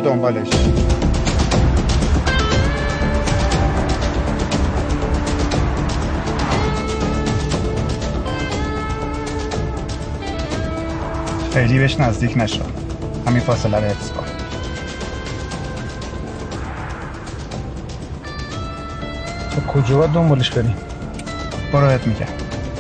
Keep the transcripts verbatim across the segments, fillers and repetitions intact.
دنبالش. خیلی بهش نزدیک نشو، همین فاصله رو حفظ کن. تو کجا باید دنبالش بریم؟ برو بهت میگم.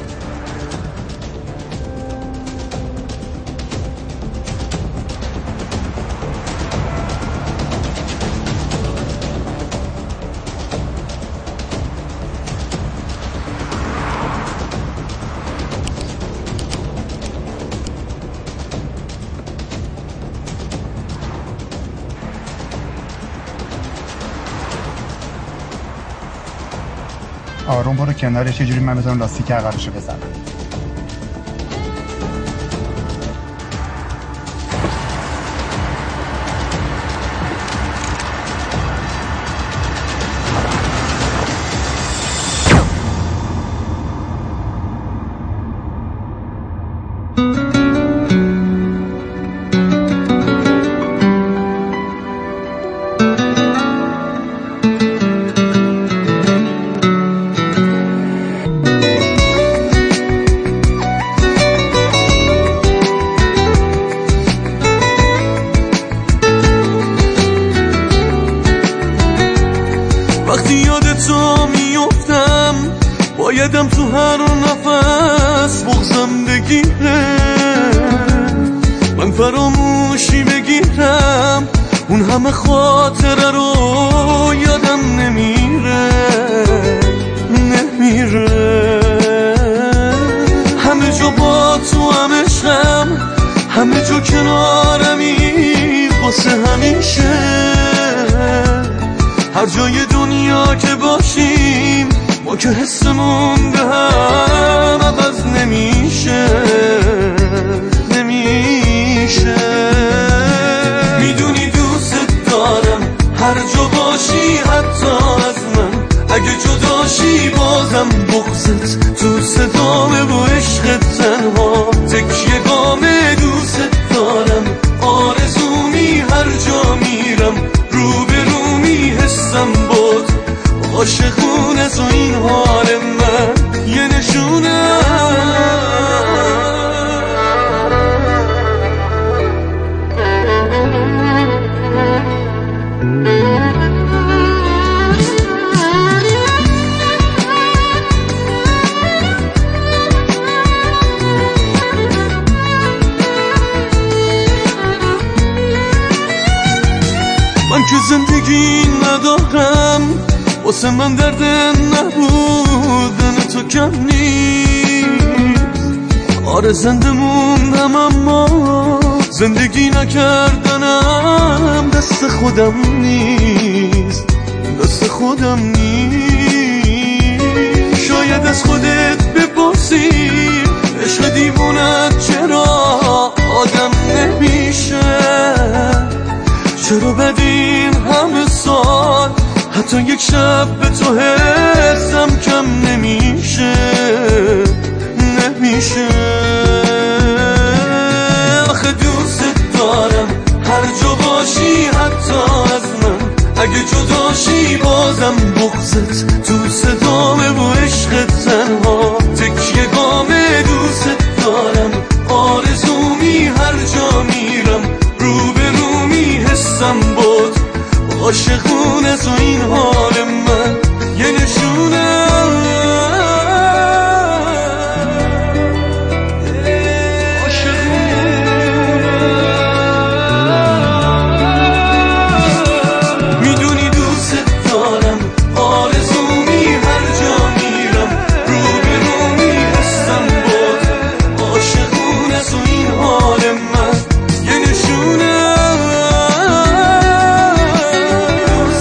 آروم برو کنارش، یه جوری من بزنم لاستیک عقبشو بزنم. وقتی یاد تو میفتم بایدم تو هر نفس بغزم بگیره، من فراموشی بگیرم اون همه خاطره رو یادم نمیره نمیره. همه جا با تو هم عشقم، همه جا کنارمی واسه همیشه. هر جای دنیا که باشیم ما که حسمون به هم عوض نمیشه نمیشه. میدونی دوست دارم هر جا باشی حتی از من، اگه جداشی بازم بغضت تو صدامه و عشق تنها تکیه گامه. دوست دارم آرزومی هر جا میرم رو به رو میحسم بود عاشقونه تو این حال من یه نشونه. من که زندگی ندارم، واسه من درد نبودن تو کم نیست. آره زنده موندم اما زندگی نکردنم دست خودم نیست دست خودم نیست. شاید از خودت بپرسی عشق دیوونت چرا آدم نمیشه، چرا بعد این همه سال حتی یک شب به تو حسم کم نمیشه نمیشه. آخه دوست دارم هر جا باشی حتی از من، اگه جداشی بازم بغضت تو صدامه و عشق تنها تکیه گامه. دوست دارم آرزومی هر جا میرم رو به رو میحسم بود عاشقونه تو این حال من یه نشونه. میدونی دوست دارم آرزومی هر جا میرم رو به رو میحسم بود عاشقونه تو این حال من یه نشونه.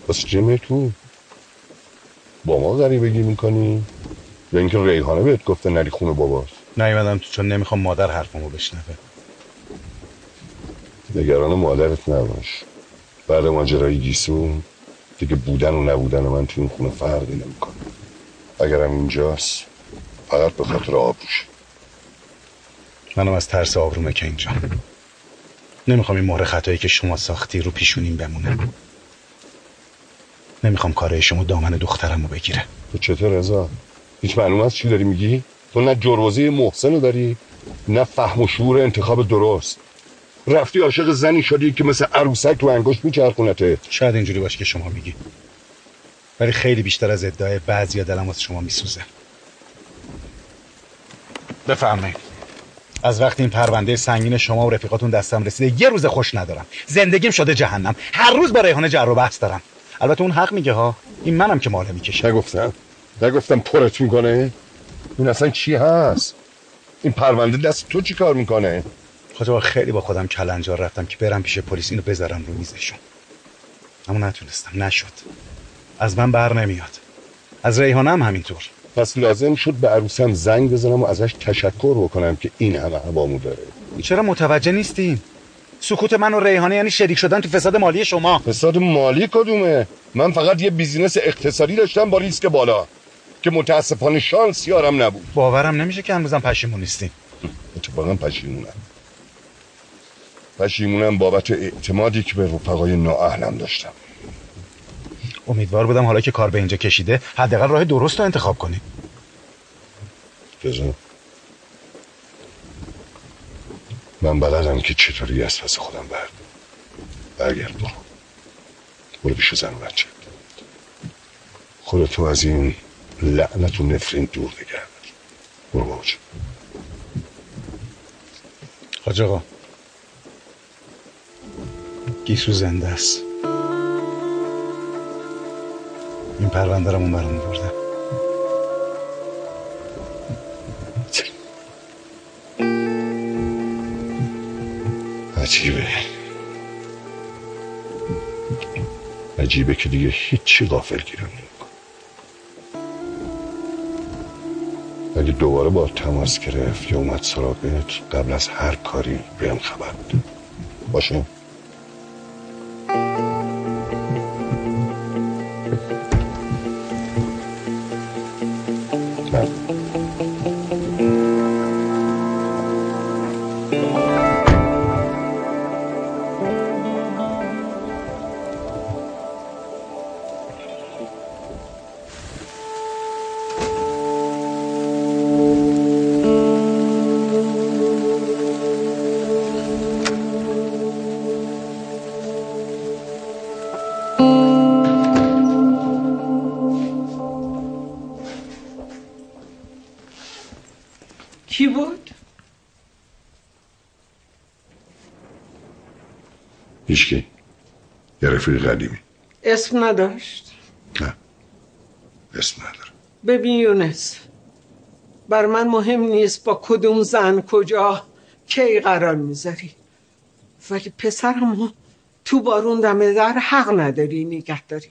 واسه چه میای تو؟ با ما غریبگی میکنی؟ یا اینکه ریحانه بهت گفته نری خونه باباست؟ نیومدم تو چون نمیخوام مادر حرفمو بشنوه. نگران مادرت نباش. بعد ماجرای گیسو دیگه بودن و نبودن من تو این خونه فرقی نمیکنه. اگرم اینجاست فقط به خاطر آبروش. منم از ترس آبرومه که اینجا نمیخوام این مهر خطایی که شما ساختی رو پیشونیم بمونه. نمیخوام کارای شما دامن دخترمو بگیره. تو چطور رضا؟ هیچ معلومه از چی داری میگی؟ تو نه جروزی محسن رو داری نه فهم و شعور انتخاب درست. رفتی عاشق زنی شدی که مثل عروسک تو انگشت میچرخونته. شاید اینجوری باشه که شما میگی، ولی خیلی بیشتر از ادعای بعضیا دلم واسه شما میسوزه. بفرمایید. از وقتی این پرونده سنگین شما و رفیقاتون دستم رسیده یه روز خوش ندارم. زندگیم شده جهنم. هر روز با ریحانه جر و بحث دارم. البته اون حق میگه ها، این منم که ماله میکشم. نگفتم نگفتم پرت میکنه. این اصلا چی هست؟ این پرونده دست تو چی کار میکنه؟ خدا خیلی با خودم کلنجار رفتم که برم پیش پلیس اینو بذارم رو میزشون، اما نتونستم. نشد. از من بر نمیاد. از ریحانه هم همینطور. پس لازم شد به عروسم زنگ بزنم و ازش تشکر بکنم که این همه هوامو داره. چرا متوجه نیستین؟ سکوت من و ریحانه یعنی شریک شدن تو فساد مالی شما. فساد مالی کدومه؟ من فقط یه بیزینس اقتصادی داشتم با ریسک بالا که متاسفانه شانس یارم نبود. باورم نمیشه که هنوزم پشیمون نیستین. اتفاقا پشیمونم. پشیمونم بابت اعتمادی که به رفقای نااهلم داشتم. امیدوار بودم حالا که کار به اینجا کشیده حداقل راه درست رو انتخاب کنی. بزن. من بلدم که چطوری از پس خودم برد. برگرد برو. برو پیش زن و بچه. خودتو از این لعنت و نفرین دور نگرد. برو بابا جون. حاج آقا، گیسو زنده است. این پرونده رو من برام برده. عجیبه عجیبه که دیگه هیچی غافل گیرم نمی‌کنه. اگه دوباره با تماس گرفت یا اومد سراغت قبل از هر کاری بهم خبر بده. باشه؟ کی بود؟ هیچکی. یه رفیق قدیمی. اسم نداشت؟ نه اسم نداره. ببین یونس، بر من مهم نیست با کدوم زن کجا کی قرار میذاری، ولی پسرمو تو بارون دم در حق نداری نگه داری.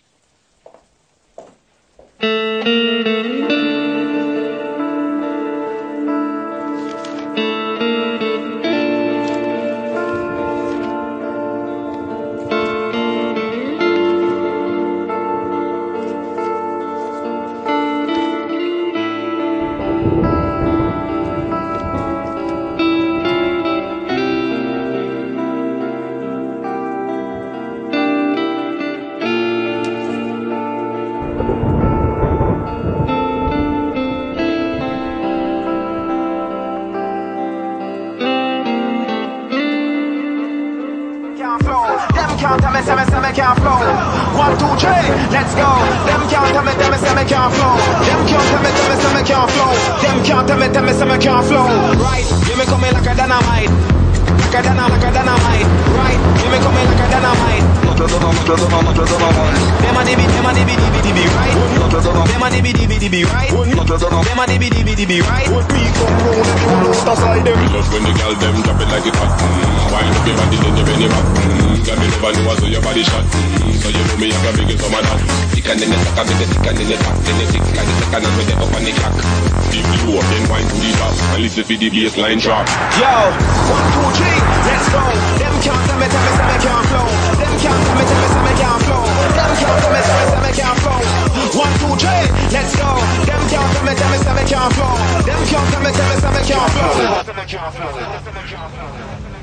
like a dynamite, like a dynamite, right? We make come like a dynamite. Them a dibby, them a dibby, dibby, dibby, right? Them a dibby, dibby, dibby, right? Them a dibby, dibby, dibby, right? We come round and round out aside them. Love when the girl them drop it like it hot. Wind up your body, then you bend it back. Girl, me never know so your body shot. So you know me, I got big some of that. Thick and then the sucker, then the thick and then the top, then the thick and the second and with the up on the clock. Deep low, then wind to the top, and listen for the bassline drop. Yo, one, two, three, let's go. Them can't tell me, tell me, tell me can't flow. Them can't tell me, tell me, tell me can't flow. Them can't tell me, tell me, tell me can't flow. One, two, three, let's go. Them can't tell me, tell me, tell me can't flow. Them can't tell me, tell me, tell me can't flow.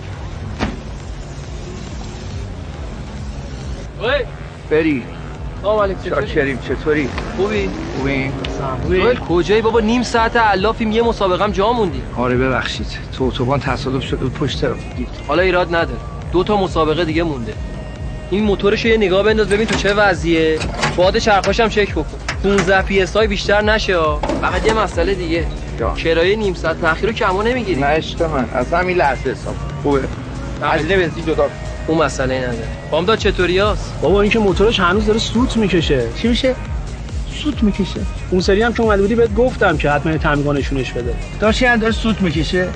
وای بری آقا مالک چطوری؟ شاکریم چطوری؟ خوبی؟ خوبی؟ خوبی؟ کجایی بابا نیم ساعت علافیم یه مسابقم جا موندی. آره ببخشید تو اتوبان تصادف شد و پشت دید. حالا ایراد نداره. دو تا مسابقه دیگه مونده. این موتورش یه نگاه بنداز ببین تو چه وضعیه. باد چرخاش هم چک بکن. پانزده پی اس آی بیشتر نشه ها. فقط یه مسئله دیگه. کرایه نیم ساعت تأخیرو کمو نمیگیری. نه عشق من از همین لحظه حساب. خوبه. هزینه بنزین جدا. اون مسئله نداره. بامداد چطوریاست؟ بابا این که موتورش هنوز داره سوت میکشه. چی میشه؟ سوت میکشه. اون سری هم که اومده بودی بهت گفتم که حتما تمیگا نشونش بده. داشتی هم داره سوت میکشه.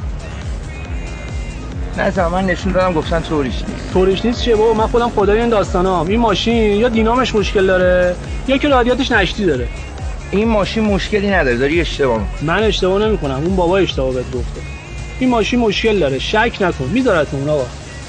نه زمان نشون دادم گفتن طوریش نیست. طوریش نیست چیه بابا؟ من خودم خدای این داستانام. این ماشین یا دینامش مشکل داره یا که رادیاتش نشتی داره. این ماشین مشکلی نداره، داری اشتباه می‌کنی. من اشتباه نمی‌کنم، اون بابا اشتباه بهت گفته. این ماشین مشکل داره، شک نکن، میذارتون آقا.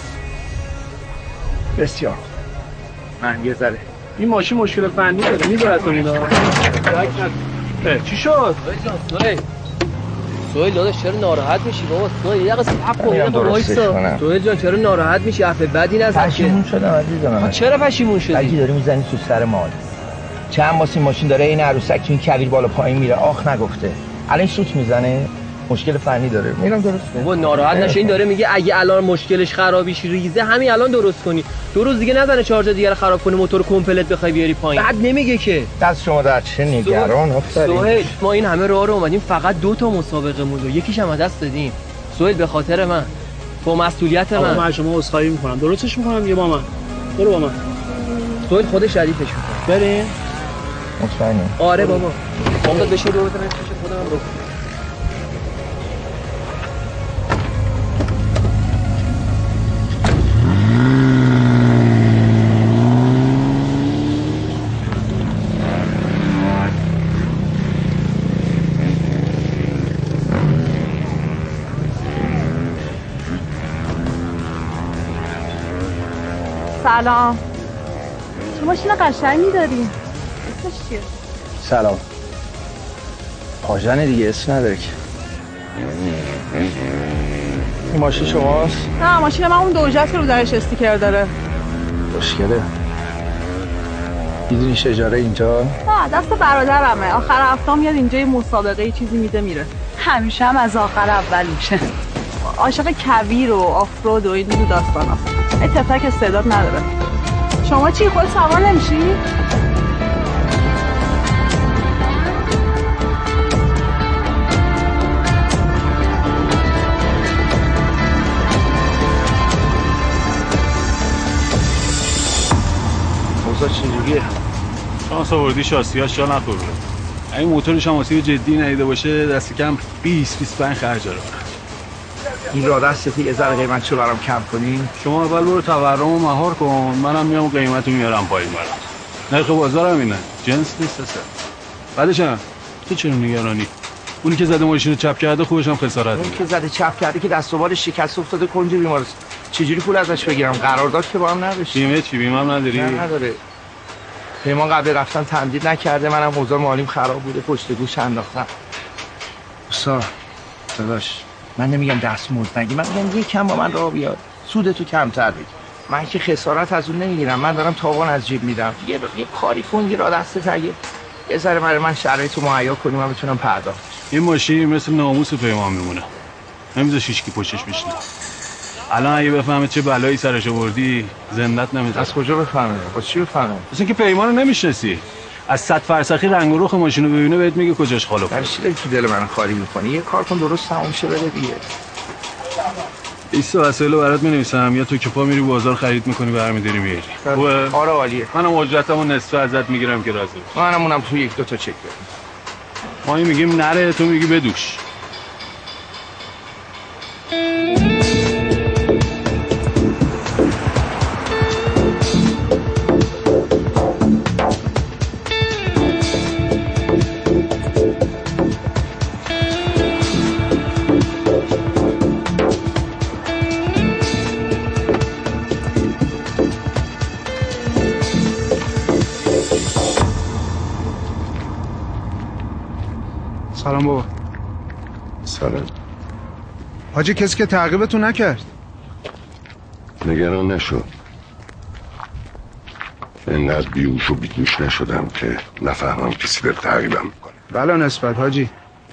بسیار من یه ذره این ماشین مشکل فنی داره، میذارتون اینا. شک نکن. چی شد؟ سهیل سهیل داداش چرا ناراحت میشی بابا؟ سهیل یه دقیقه صبر کن، بابا وایسا. سهیل جان چرا ناراحت میشی؟ عفو بدی نزن که. پشیمون شدم عزیزم. چرا پشیمون شدی؟ اگه داری میزنی تو سر مال. چند واسه این ماشین داره این عروسک تو این کویر بالا پایین میره، آخ نگفته. الان سوت میزنه، مشکل فنی داره. میرم درست کنم. بابا ناراحت نشه، این داره میگه اگه الان مشکلش خرابیش ریزه همین الان درست کنی. دو روز دیگه نزنه چهار جا دیگه رو خراب کنی موتور کمپلت بخوای بیاری پایین. بعد نمیگه که. دست شما در چه نگران آفرین. سهیل ما این همه راه رو اومدیم فقط دو تا مسابقه مونده. یکیش هم دست دادیم. سهیل به خاطر من. با مسئولیت من. من شما عذرخواهی میکنم. درستش میکنم یه با من. برو با من. سهیل خودش ردیفش میکنه. بریم. مطمئنی؟ آره بابا. بابا بشه دو تا پیش خودم رو. سلام. تو ماشین قشنگی داری. اسمش چیه؟ سلام. آژن دیگه اسم نداره که. این ماشین شماست؟ نه ماشین من اون دوجت که رو درش استیکر داره. مشکله. میدونیش اجاره اینجا؟ نه دست برادرمه. آخر هفته میاد اینجا یه مسابقه چیزی میده میره. همیشه هم از آخر اول میشه. عاشق کویر و آفرود و این دو داستانا. اتفاق استعداد نداره. شما چی خود سوار نمیشی؟ موضوع چجوریه؟ شانس آوردی شاسیاش جا نخورده. این موتورش هم آسیب جدی ندیده باشه دست کم بیست بیست و پنج خرج داره. این را دستی یه ذره قیمت چو برام کم کنین. شما اول برو تورمو مهار کن، منم میام قیمتو میارم پایین برام. نرخ بازارم اینه، جنس نیست اصلا. بعدش هم تو چرا نگرانی؟ اونی که زده ماشینو چپ کرده خوبش هم خسارت اون که زده چپ کرده که دست و بالش شکست افتاده کنج بیمارست. چجوری پول ازش بگیرم؟ قرارداد که با هم نداشت. بیمه چی؟ بیمه هم نداری؟ نه نداره. پیمان قبل رفتن تمدید نکرده، منم اوضاع مالیم خراب بوده پشت گوش انداختم. استاد داداش من نمیگم دستمزد نگی، من میگم یه کم با من راه بیاد، سودتو کمتر بگیر. من که خسارت از اون نمیگیرم، من دارم تاوان از جیب میدم. یه یه کاری کن یه را دست تگه یه ذره برای من شرایطو مهیا کنی من بتونم پرداخت. این ماشین مثل ناموس پیمان میمونه، نمیذاره هیچکی پشتش بشینه. الان اگه بفهمه چه بلایی سرش آوردی زندت نمیذاره. از کجا بفهمه؟ با چی بفهمه؟ مثل اینکه پیمانو نمیشناسی. از صد فرسخی رنگ و رخ ماشینو ببینه بهت میگه کجاش خاله. برای چی داری تو دل من خالی میکنی؟ یه کار کن درست تموم شه بده دیگه. لیست وسایل برات می‌نویسم، یا تو که پا میری بازار خرید می‌کنی برمی‌داری میاری. خوبه؟ آره عالیه. منم اجرتمو نصف ازت میگیرم که راضی بشی. منم اونم تو یک دو تا چک بدم. ما میگیم نره، تو میگی بدوش. سلام بابا. سلام. حاجی کسی که تعقیبتون نکرد؟ نگران نشو. اینقدر بیوش و بیدوش نشدم که نفهمم کسی به تعقیبم میکنه. بلا نسبت حاجی.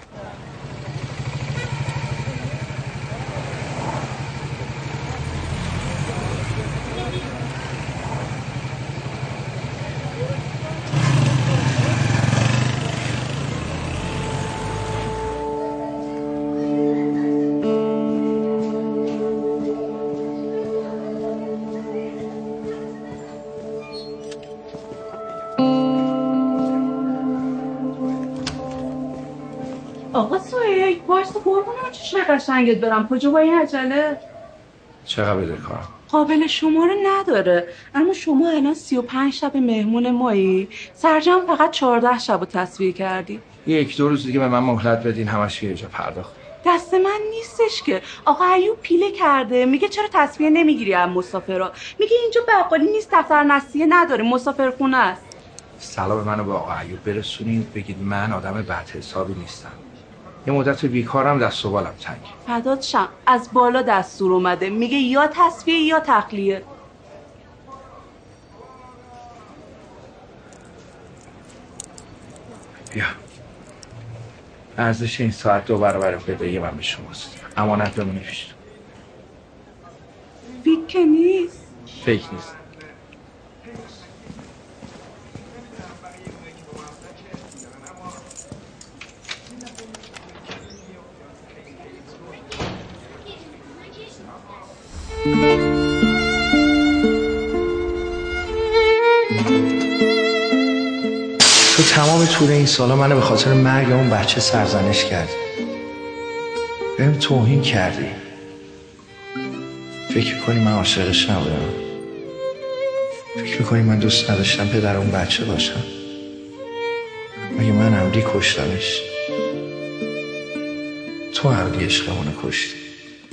آقا سویل وایسا قربونم چشم قشنگت برم. کجا با این عجله؟ چقدر بده کارم؟ قابل شماره نداره، اما شما الان سی و پنج شب مهمون مایی، سرجم فقط چهارده شب رو تصویر کردی. یک دو روز دیگه به من مهلت بدین، همش یه جا پرداخت. دست من نیستش که. آقا ایوب پیله کرده، میگه چرا تصویر نمیگیری از مسافرها؟ میگه اینجا بقالی نیست، دفتر نصیحه نداره، مسافرخونه است. سلام منو به آقا ایوب برسونید، بگید من آدم بد حسابی نیستم. یه مدت بیکارم، دست و بالم تنگ. فدات شم، از بالا دستور اومده، میگه یا تصفیه یا تخلیه. بیا. ارزش این ساعت دو برابر بدهی من به شماست. امانت بمونه پیش تو. فیک که نیست. فیک نیست. تو تمام طول این سالا منو به خاطر مرگ اون بچه سرزنش کردی، بهم توهین کردی. فکر میکنی من عاشقش نبودم؟ فکر میکنی من دوست نداشتم پدر اون بچه باشم؟ مگه من عمدی کشتمش؟ تو عمدی عشقمونو کشتی.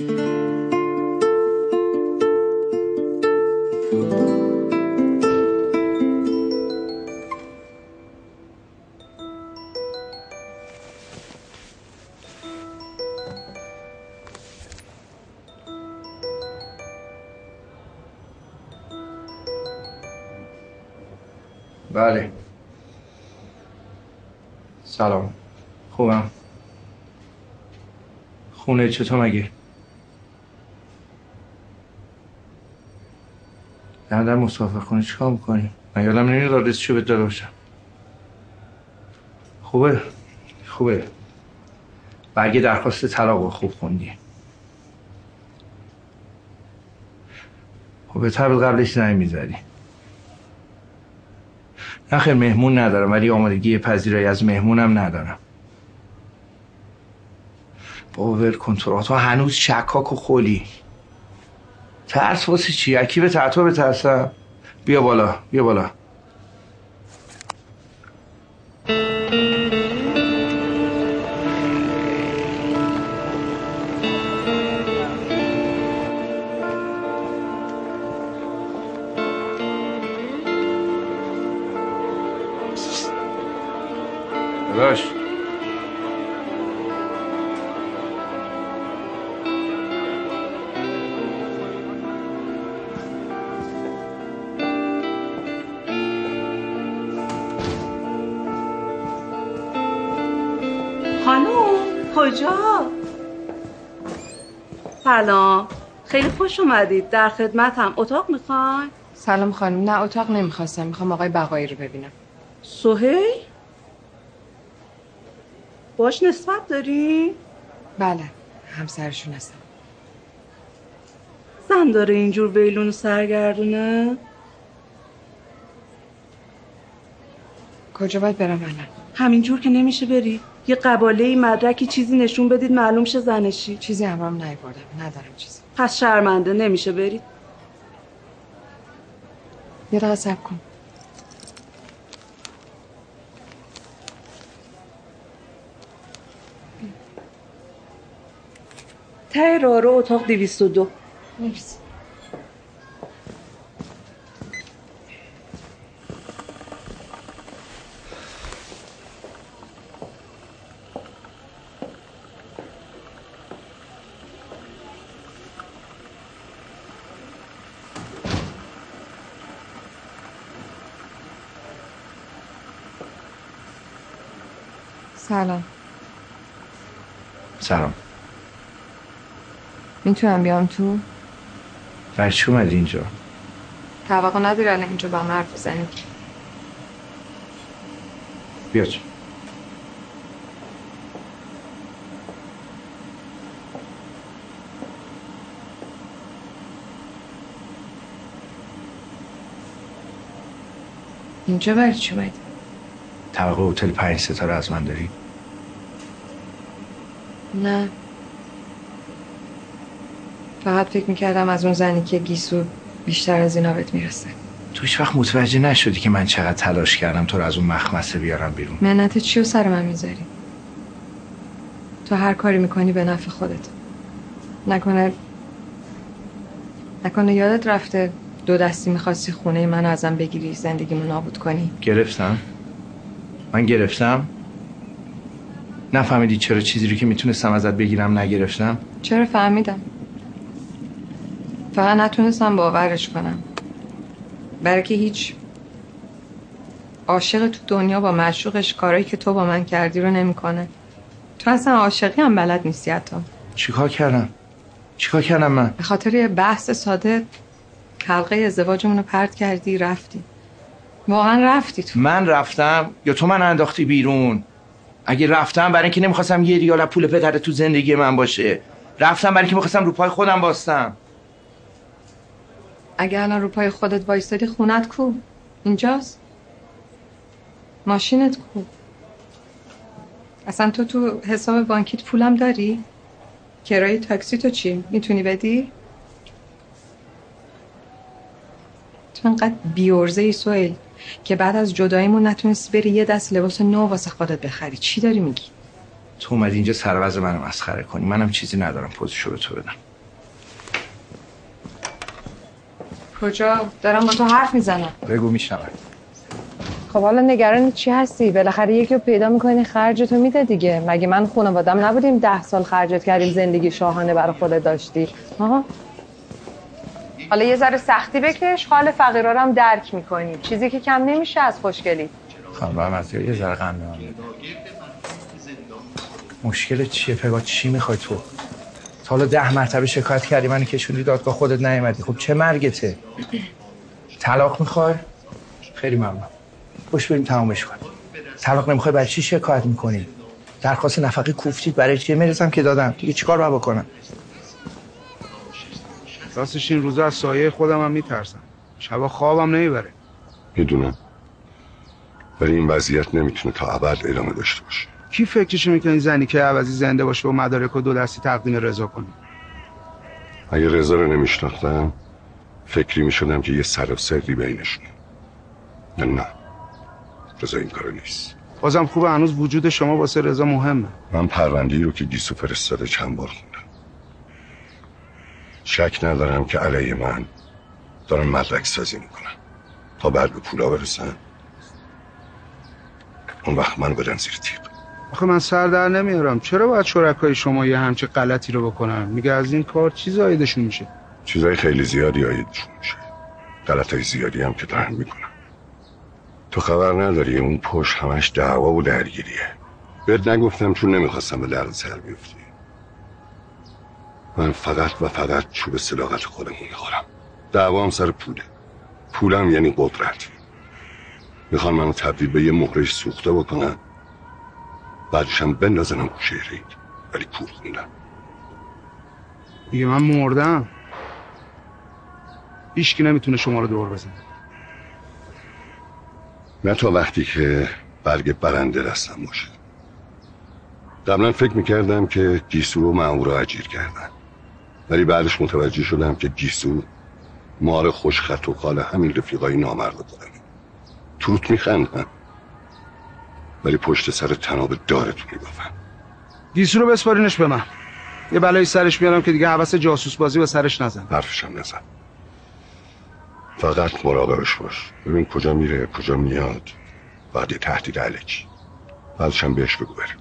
بله. سلام. خوبم. خونه چطور مگه؟ در در مسافر خونه چیکار میکنی؟ من یادم نمیاد آدرس چی بهت داده باشم. خوبه؟ خوبه. برگ درخواست طلاق خوب خوندی. خب بهتر بود قبلش زنگ میزدی. نه خیر مهمون ندارم، ولی آمادگی پذیرایی از مهمونم ندارم. بابا ول کن تو تو هنوز شکاک و خولی. ترس واسه چی؟ اکی به تعطا بترسم؟ بیا بالا بیا بالا. داداش خانوم کجا؟ سلام، خیلی خوش اومدید، در خدمتم. اتاق میخواین؟ سلام خانم، نه اتاق نمیخواستم، میخوام آقای بقایی رو ببینم. سهیل؟ باش نسبت داری؟ بله، همسرشون هستم. زن داره اینجور بیلونو سرگردونه؟ کجا باید برم الان؟ همینجور که نمیشه بری. یه قباله مدرکی چیزی نشون بدید معلوم شه زنشی. چیزی همرام نیاوردم، ندارم چیزی. پس شرمنده نمیشه برید. یه دقیقه صبر کن. ته راه رو اتاق دویست و دو. مرسی. سلام. سلام. میتونم بیام تو؟ برای چی اومدی اینجا؟ توقع نداری الان اینجا با هم حرف بزنیم. بیا چه. اینجا برای چی اومدی؟ طبقه هتل پنج ستاره از من داری؟ نه. فقط فکر میکردم از اون زنی که گیسو بیشتر از اینا بهت میرسه. تو هیچ وقت متوجه نشدی که من چقدر تلاش کردم تو رو از اون مخمسه بیارم بیرون. منت چی رو سر من میذاری؟ تو هر کاری میکنی به نفع خودت. نکنه نکنه یادت رفته دو دستی میخواستی خونه منو ازم بگیری، زندگیمو نابود کنی. گرفتم؟ من گرفتم؟ نفهمیدی چرا چیزی رو که میتونستم ازت بگیرم نگرفتم؟ چرا فهمیدم. فقط نتونستم باورش کنم. برای که هیچ عاشق تو دنیا با معشوقش کارایی که تو با من کردی رو نمیکنه. تو اصلا عاشقی هم بلد نیستی حتی. چیکار کردم؟ چیکار کردم من؟ به خاطر یه بحث ساده حلقه ازدواجمون رو پرت کردی رفتی. واقعا رفتی تو. من رفتم یا تو من انداختی بیرون؟ اگه رفتم برای اینکه نمیخواستم یه ریال پول پدر تو زندگی من باشه. رفتم برای اینکه میخواستم رو پای خودم باستم. اگه الان رو پای خودت وایستادی خونت کو؟ اینجاست؟ ماشینت کو؟ اصلا تو تو حساب بانکیت پولم داری؟ کرایه تاکسی تو چی؟ میتونی بدی؟ تو انقدر بیورزه ای سویل که بعد از جداییمون نتونستی بری یه دست لباس نو واسه خودت بخری. چی داری میگی؟ تو اومدی اینجا سروز منو مسخره کنی. منم چیزی ندارم پوزشو به تو بدم. کجا؟ دارم با تو حرف میزنم. بگو میشنم. خب حالا نگران چی هستی؟ بالاخره یکی رو پیدا میکنی خرجتو میده دیگه. مگه من خانوادم نبودیم ده سال خرجت کردیم زندگی شاهانه برای خودت داشتی؟ آها. حالا یه ذره سختی بکش، حال فقیرا رو هم درک میکنی. چیزی که کم نمیشه از خوشگلی. خانم مزیا یه ذره قند من بده. مشکل چیه پگاه؟ چی میخوای تو؟ تا حالا ده مرتبه شکایت کردی منو کشوندی دادگاه خودت نیومدی. خب چه مرگته؟ طلاق میخوای؟ خیلی ممنون. خوش بریم تمامش کنیم. طلاق نمیخوای برای چی شکایت میکنی؟ درخواست نفقه کوفتید برای چی؟ میرسم که دادم. دیگه چیکار باید بکنم؟ راستش این روزا از سایه خودم هم میترسم. شبا خوابم نمیبره. میدونم. ولی این وضعیت نمیتونه تا ابد ادامه داشته باشه. کی فکرشو میکنه زنی که عوضی زنده باشه و مدارک و دو دستی تقدیم رضا کنه؟ اگه رضا رو نمیشناختم فکری میشدم که یه سر و سری بینشونه. نه نه رضا این کارو نیست. بازم خوبه هنوز وجود شما واسه رضا مهمه. من پرونده‌ای رو که گیسو فرستاده چند بار خوندم. شک ندارم که علیه من دارن مدرک سازی میکنن تا بعد به پولا برسن. اون وقت من بدن زیر تیغ. آخه من سر در نمیارم چرا باید شرکای شما یه همچه غلطی رو بکنن؟ میگه از این کار چی زایدشون میشه؟ چیزای خیلی زیادی آیدشون میشه. غلطای زیادی هم که دارن میکنن. تو خبر نداری اون پشت همش دعوا و درگیریه. بهت نگفتم چون نمیخواستم به درد سر بیفتی. من فقط و فقط چوب صداقت خودمون میخورم. دعوام سر پوله. پولم یعنی قدرت. میخوان منو تبدیل به یه مهرش سوخته بکنن بعدش هم بندازنم گوشه رید. ولی پول خوندم. میگه من مردم. هیچکی نمیتونه شما رو دور بزنه. نه تا وقتی که برگ برنده دستم باشه. قبلا فکر میکردم که گیسو رو مأمور اجیر کردن، ولی بعدش متوجه شدم که گیسو مار خوش خط و خال همین رفیقای نامرد دارن. توت میخندن ولی پشت سر تناب دارتون میبافن. گیسو رو بسپارینش به من، یه بلایی سرش میارم که دیگه حوس جاسوس بازی به سرش نزن. حرفشم نزن، فقط مراقبش باش، ببین کجا میره کجا میاد، بعد یه تهدید علکی بعدش هم بهش بگو بره.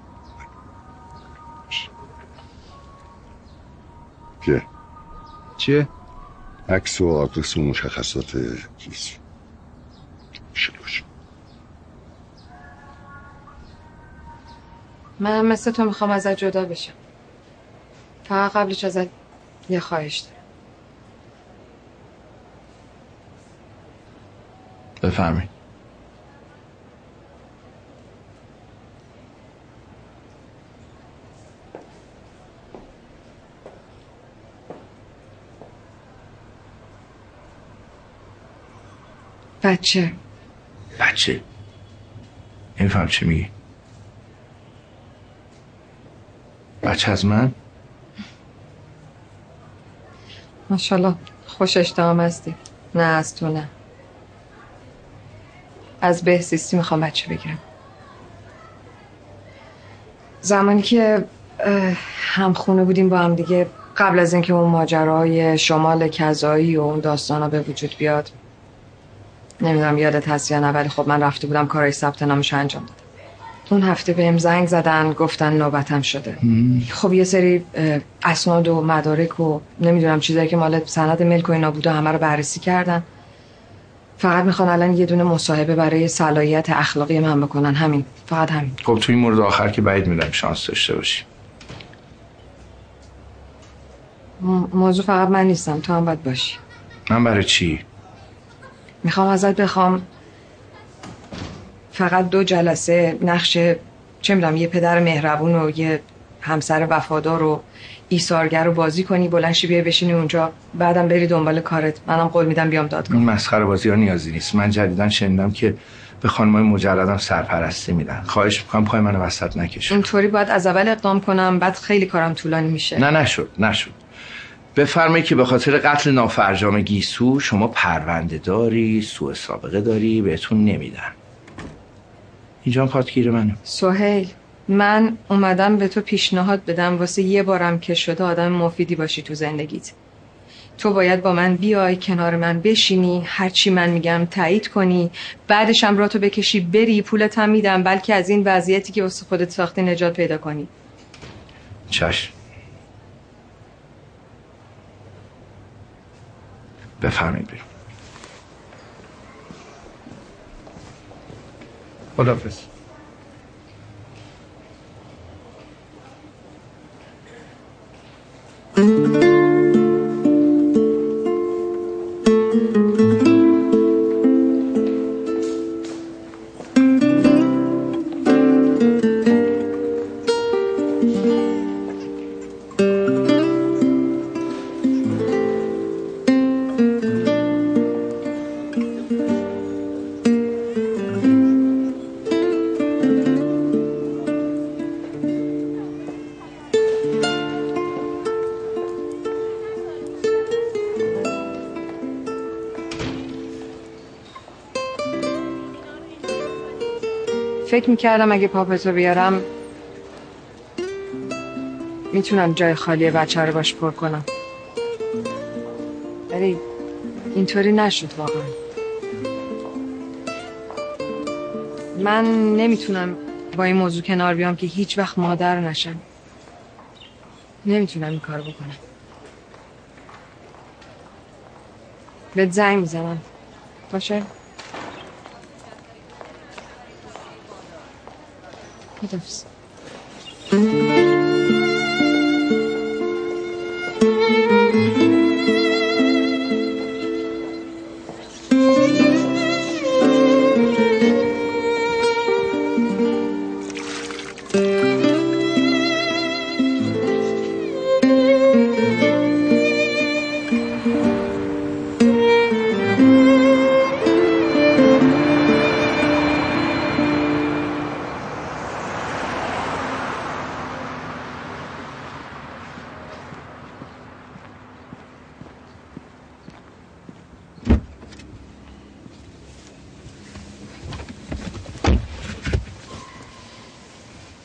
چیه؟ چیه؟ عکس و آدرس و مشخصات گیسو. شلوش من مثل تو میخوام ازت جدا بشم. فقط قبلش ازت یه خواهش دارم. بفرمایید. بچه بچه نمیفهم چی میگی. بچه از من؟ ماشاءالله خوش اشتهام هستی. نه از تو نه، از بهزیستی میخوام بچه بگیرم. زمانی که هم خونه بودیم با هم دیگه، قبل از اینکه اون ماجرای شمال کذایی و اون داستانا به وجود بیاد، نمیدونم یادت هست یا نه، ولی خب من رفته بودم کارای ثبت نامش انجام دادم. اون هفته بهم زنگ زدن گفتن نوبتم شده. مم. خب یه سری اسناد و مدارک و نمیدونم چیزایی که مال سند ملک و اینا بود و همه رو بررسی کردن. فقط میخوان الان یه دونه مصاحبه برای صلاحیت اخلاقی من بکنن، همین، فقط همین. خب تو این مورد آخر که بعید میدونم شانس داشته باشی. م- موضوع فقط من نیستم، تو هم باید باشی. من برای چی؟ میخوام ازت بخوام فقط دو جلسه نقش چه میدونم یه پدر مهربون و یه همسر وفادار و ایثارگر رو بازی کنی، بلند شی بیای بشینی اونجا، بعدم بری دنبال کارت. منم قول میدم بیام دادگاه. این مسخره بازی ها نیازی نیست. من جدیدن شنیدم که به خانمای مجردم سرپرستی میدن. خواهش میکنم پای منو وسط نکش. اینطوری باید از اول اقدام کنم، بعد خیلی کارم طولانی میشه. نه نشد نشد. بفرمایید که به خاطر قتل نافرجام گیسو شما پرونده داری، سوء سابقه داری، بهتون نمیدن. اینجا هم پاتگیر منه. سهیل، من اومدم به تو پیشنهاد بدم واسه یه بارم که شده آدم مفیدی باشی تو زندگیت. تو باید با من بیای کنار من بشینی، هرچی من میگم تایید کنی، بعدش هم راتو بکشی بری، پولت هم میدم، بلکه از این وضعیتی که واسه خودت ساختی نجات پیدا کنی. چشم. بفرمایید بریم. خداحافظ. فکر میکردم اگه پاپتو بیارم میتونم جای خالی بچه رو باش پر کنم، ولی اینطوری نشد واقعا. من نمیتونم با این موضوع کنار بیام که هیچ وقت مادر نشم. نمیتونم این کار بکنم. بهت زنگ میزنم باشه؟ خداحافظ.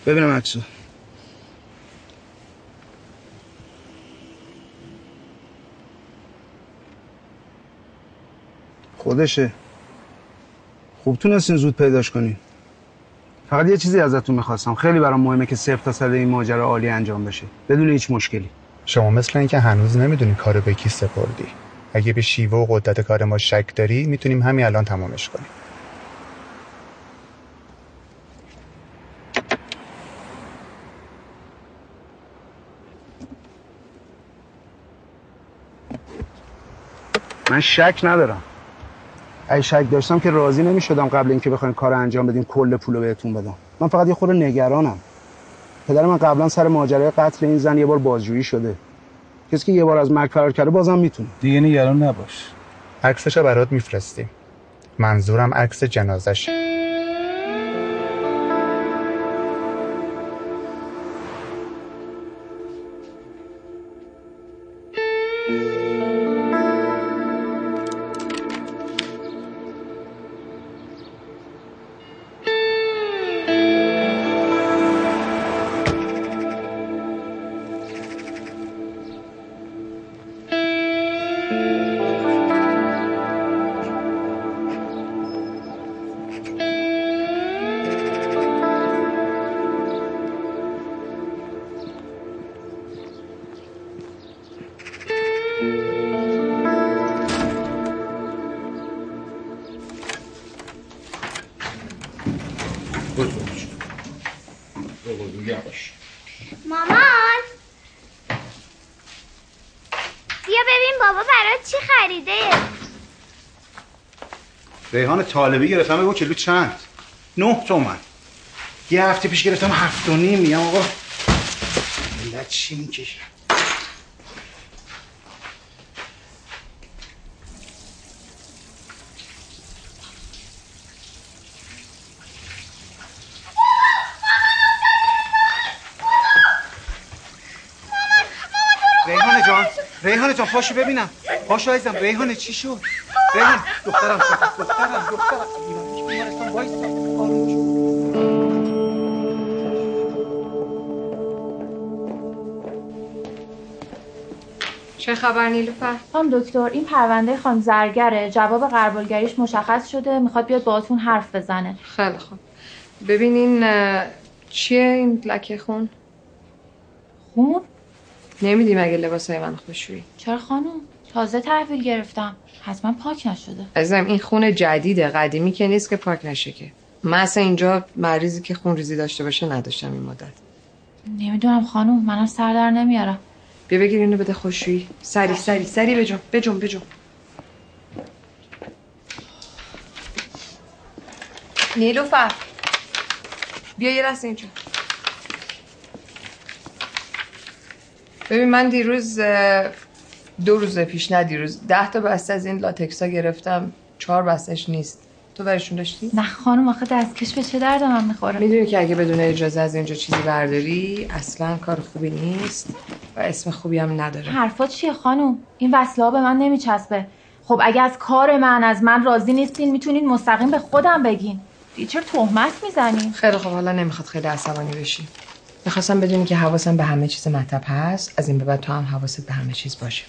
ببینم عکسو. خودشه. خوب تونستین زود پیداش کنین. فقط یه چیزی ازتون میخواستم، خیلی برام مهمه که صفر تا صد این ماجرا عالی انجام بشه بدون هیچ مشکلی. شما مثل اینکه هنوز نمیدونی کارو به کی سپردی. اگه به شیوه و قدرت کار ما شک داری میتونیم همین الان تمامش کنیم. من شک ندارم. اگه شک داشتم که راضی نمی‌شدم قبل اینکه بخواید کار انجام بدیم کل پولو بهتون بدم. من فقط یه خورده نگرانم. پدر من قبلا سر ماجرای قتل این زن یه بار بازجویی شده. کسی که یه بار از مرگ فرار کرده بازم میتونه. دیگه نگران نباش. عکسشو برات میفرستیم. منظورم عکس جنازشه. مامان بیا ببین بابا برات چی خریده. ریحان طالبی گرفتم. بگو کیلو چند؟ نه تومن. یه هفته پیش گرفتم هفت و نیم. میگم آقا ملت چی میکشه؟ ریحانه جان، ریحانه جان پاشو ببینم. پاشو عزیزم. ریحانه چی شد؟ ریحان دخترم ساکت. دخترم دخترم بیمارستان وایسا. آروم شو. چه خبر نیلوفر؟ خانم دکتر این پرونده خانم زرگره، جواب غربالگریش مشخص شده، میخواد بیاد باهاتون حرف بزنه. خیلی خوب. ببین این چیه این لکه خون؟ خون؟ نمیدی مگه لباسای من خوشویی؟ چرا خانم؟ تازه تحویل گرفتم. حتما پاک نشده. عزیزم این خون جدیده، قدیمی که نیست که پاک نشه که. من اصلا اینجا مریضی که خون ریزی داشته باشه نداشتم این مدت. نمیدونم خانم، منم سر در نمیارم. بیا بگیر اینو بده خوشویی. سری سری سری بجون بجون بجون. نیلوفر بیا یه لحظه اینجا. ببین من دیروز دو روز پیش نه دیروز ده تا بسته از این لاتکسا گرفتم، چهار بستهش نیست. تو برشون داشتی؟ نه خانم آخه دستکش به چه درد من میخوره؟ میدونی که اگه بدون اجازه از اینجا چیزی برداری اصلا کار خوبی نیست و اسم خوبی هم نداره. حرفات چیه خانم؟ این وصله ها به من نمیچسبه. خب اگه از کار من از من راضی نیستین میتونین مستقیم به خودم بگین. دیگه چرا تهمت میزنین؟ خیلی خب حالا نمیخواد خیلی عصبانی بشی. میخواستم بدونی که حواسم به همه چیز مطلب هست، از این به بعد تو هم حواست به همه چیز باشه.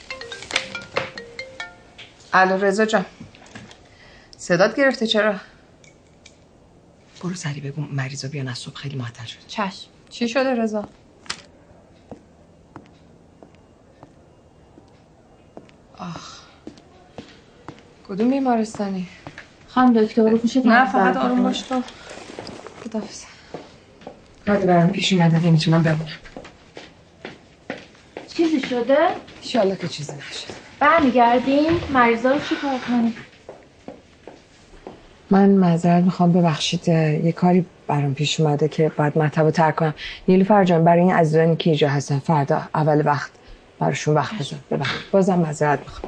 الو رضا جان، صدات گرفته چرا؟ برو سری بگو مریضا بیان از صبح خیلی معطل شده. چشم. چی شده رضا؟ آخ کدوم بیمارستانی؟ خانم دکتر رو میشه نه فقط آروم باش تو. خداحافظ. کاری برام پیش اومده نمیتونم بمونم. چیزی شده؟ انشالله که چیزی نشده. برمیگردیم مریضا رو چی کار کنیم؟ من معذرت میخوام، ببخشید یه کاری برام پیش اومده که باید مطلب رو ترک کنم. نیلوفر جان برای این عزیزانی که اینجا هستن فردا اول وقت براشون وقت بذار. ببخشید بازم معذرت میخوام.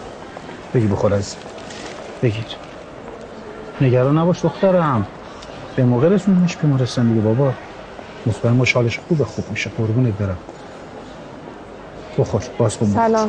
بگی بخور از بگیر. نگران نباش دخترم. به موقع رسوندنش بیمارستان دیگه بابا. مطمئن باش حالش خوبه، خوب میشه. قربونت برم. بخور باز کن. سلام.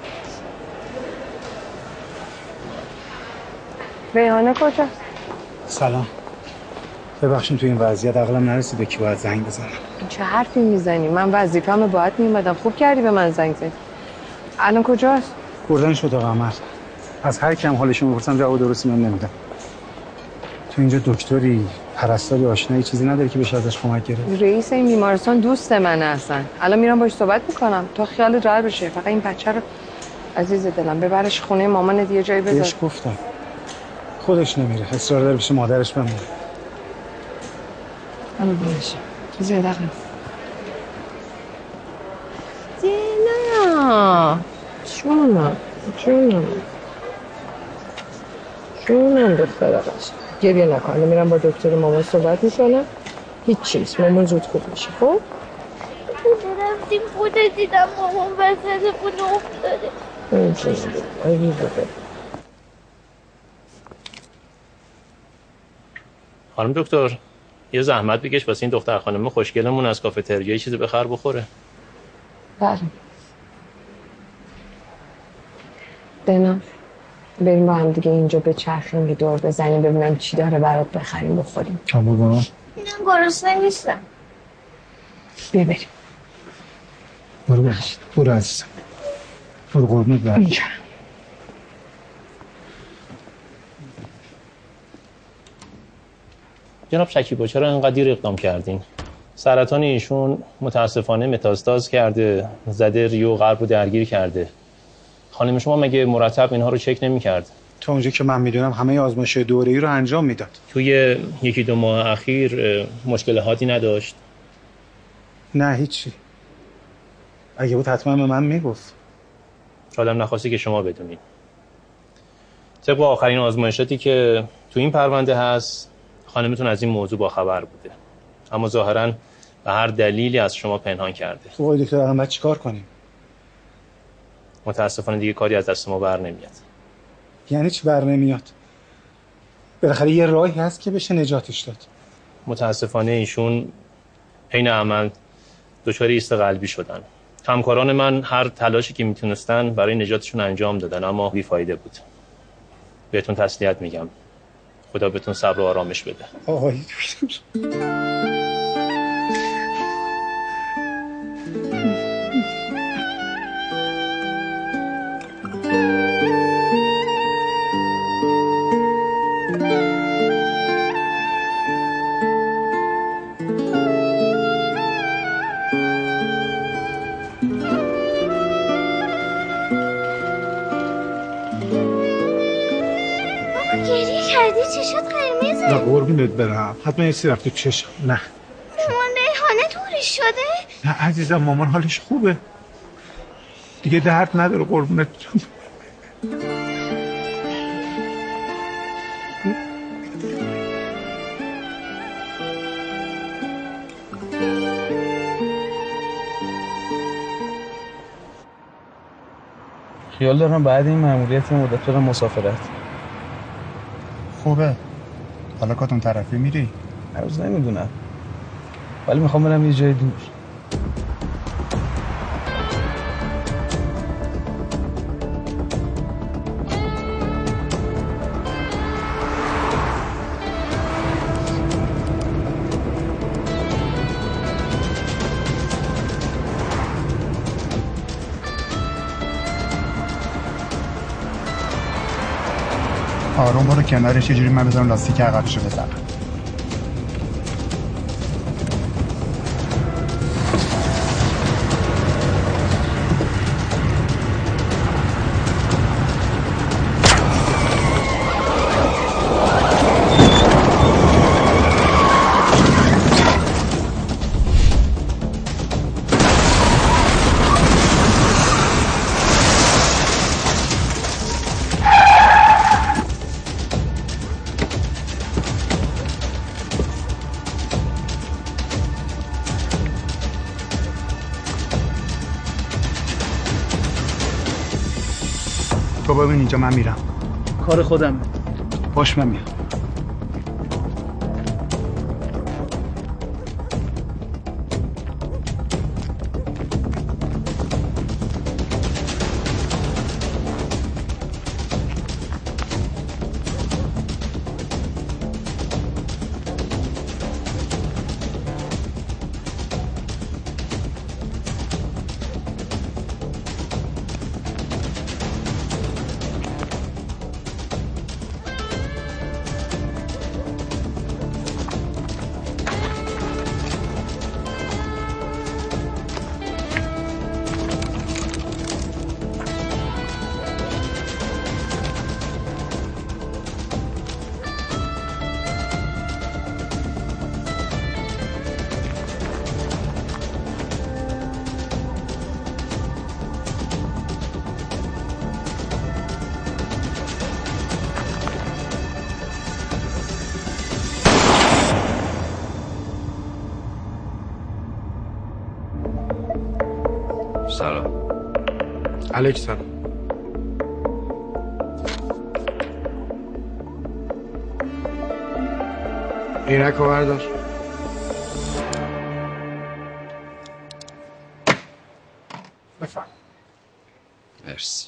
ریحانه کجاست؟ سلام. ببخشید تو این وضعیت عقلم نرسیده که باید زنگ بزنم. چه حرفی میزنی؟ من وظیفه‌مو باید میومدم. خوب کردی به من زنگ زدی. الان کجاست؟ بردن شد قمر. از هر کم حالشون میپرسم جواب درستی من نمیدم. تو اینجا دکتری، پرستاری، آشنایی چیزی نداری که بشه ازش کمک گرفت؟ رئیس این بیمارستان دوست منه اصلا. الان میرم باهاش صحبت میکنم تا خیالت راحت بشه. فقط این بچه رو عزیز دلم ببرش خونه مامان دیگه جایی بذار. بهش گفتم. خودش نمیره. اصرار داره بشه مادرش بمونه. الان باشه. زیاد دقیقه. دینا. جونم. جونم. جونم دختر قشنگ. گریه نکن. الان میرم با دکتر مامان صحبت میکنم. هیچ چیز. مامان زود خوب میشه. خب؟ رفتیم خونه دیدم مامان وسط خونه افتاده. این چیز بود. عزیز دلم. خانم دکتر یه زحمت بکش واسه این دختر خانم خوشگلمون از کافتریا چیزی بخر بخوره. بله. دینا بریم با هم دیگه اینجا به چرخیم یه دور بزنیم ببینم چی داره برات بخریم بخوریم. چامو با من؟ من گرسنه نیستم. بیا بریم. برو باش. برو عزیزم. برو قربونت برم. جناب شکیبا چرا اینقدر دیر اقدام کردین؟ سرطان ایشون متاسفانه متاستاز کرده، زده ریو و قلب رو درگیر کرده. خانم شما مگه مرتب اینها رو چک نمی‌کرد؟ تا اونجا که من میدونم همه آزمایش‌های دوره‌ای رو انجام میداد. توی یکی دو ماه اخیر مشکلاتی نداشت؟ نه هیچی. اگه بود حتما به من میگفت. شاید نخواستی که شما بدونید. طبق آخرین آزمایشاتی که تو این پرونده هست خانمتون از این موضوع با خبر بوده، اما ظاهراً به هر دلیلی از شما پنهان کرده. خب آقای دکتر الان باید چیکار کنیم؟ متاسفانه دیگه کاری از دست ما بر نمیاد. یعنی چی بر نمیاد؟ بالاخره یه راهی هست که بشه نجاتش داد. متاسفانه ایشون حین عمل دچار ایست قلبی شدن. همکاران من هر تلاشی که میتونستن برای نجاتشون انجام دادن اما بیفایده بود. بهتون تسلیت میگم. خدا بهتون صبر و آرامش بده. آقای نه قربونت برم. حتما یه چیزی رفته چشم. نه مامان ریحانه طوریش شده؟ نه عزیزم مامان حالش خوبه دیگه، درد نداره قربونت. خیال دارم بعد این مأموریت مدت برم مسافرت. خوبه. حالا کدوم طرفی میری؟ هنوز نمیدونم، ولی میخوام برم یه جای دور. آروم برو کنارش، یه جوری من بذارم لاستیک عقبشو بزنم. تو ببین اینجا من میرم. کار خودم. باش من میام. سلام. علیک سلام. عینک رو بردار. بفهم. مرسی.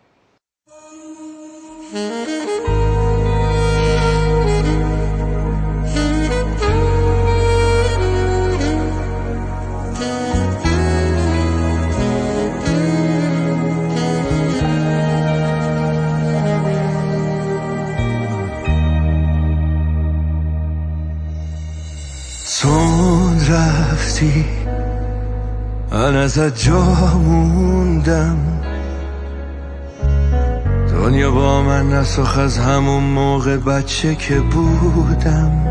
تو رفتی من ازت جا موندم، دنیا با من نساخ از همون موقع بچه که بودم.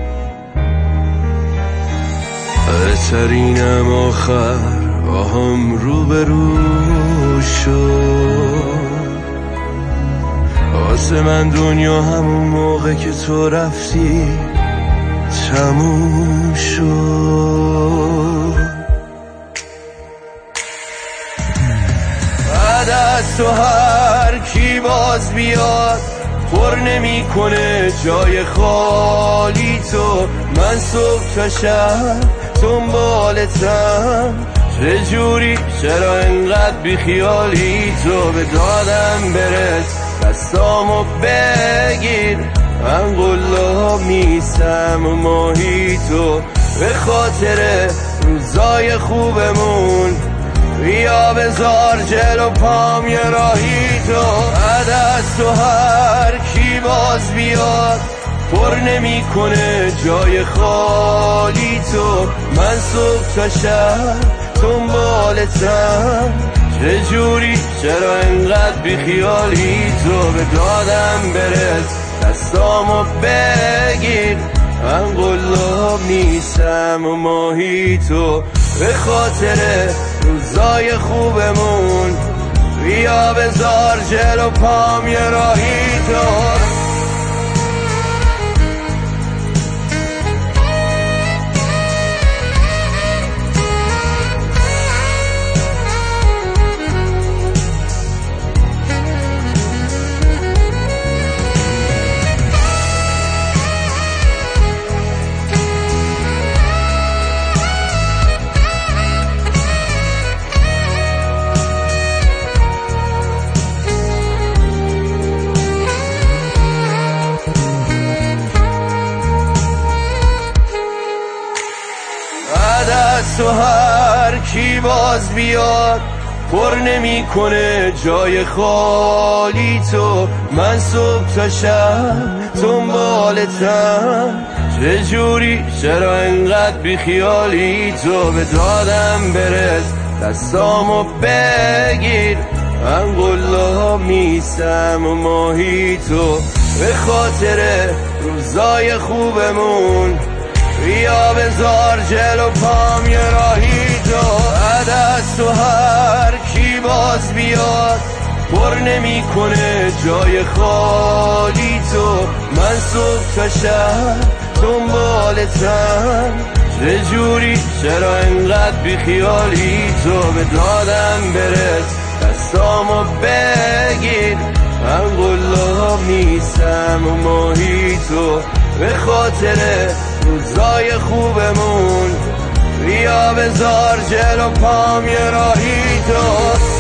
بهترینم آخر با هم رو به رو شد. واسه من دنیا همون موقع که تو رفتی تموم شد. بعد از تو هر کی باز بیاد پر نمی کنه جای خالی تو. من صبح تا شب دنبالتم، چجوری چرا انقدر بی خیالی تو. به دادم برس دستامو بگیر، من قلاب نیستم و ماهی تو. به خاطر روزای خوبمون بیا بذار جلو پام یه راهی تو. بعد از تو هر کی باز بیاد پر نمی کنه جای خالی تو. من صبح تا شب دنبالتم، چجوری چرا انقدر بی خیالی تو. به دادم برس دستامو بگیر، من قلاب نیستم و ماهی تو. به خاطر روزای خوبمون بیا بذار جلو پام یه راهی تو. تو هر کی باز بیاد پر نمی کنه جای خالی تو. من صبح تا شب دنبالتم، چجوری چرا انقدر بی خیالی تو. به دادم برس دستامو بگیر، من قلاب نیستم و ماهی تو. به خاطر روزای خوبمون بیا بذار جلو پام یه راهی تو. بعد از تو هر کی باز بیاد پر نمی کنه جای خالی تو. من صبح تا شب دنبالتم، چجوری چرا انقدر بی خیالی تو. به دادم برس دستامو بگیر، من قلاب نیستم و ماهی تو. به خاطر روزای خوبمون بیا بذار جلو پام یه راهی تو.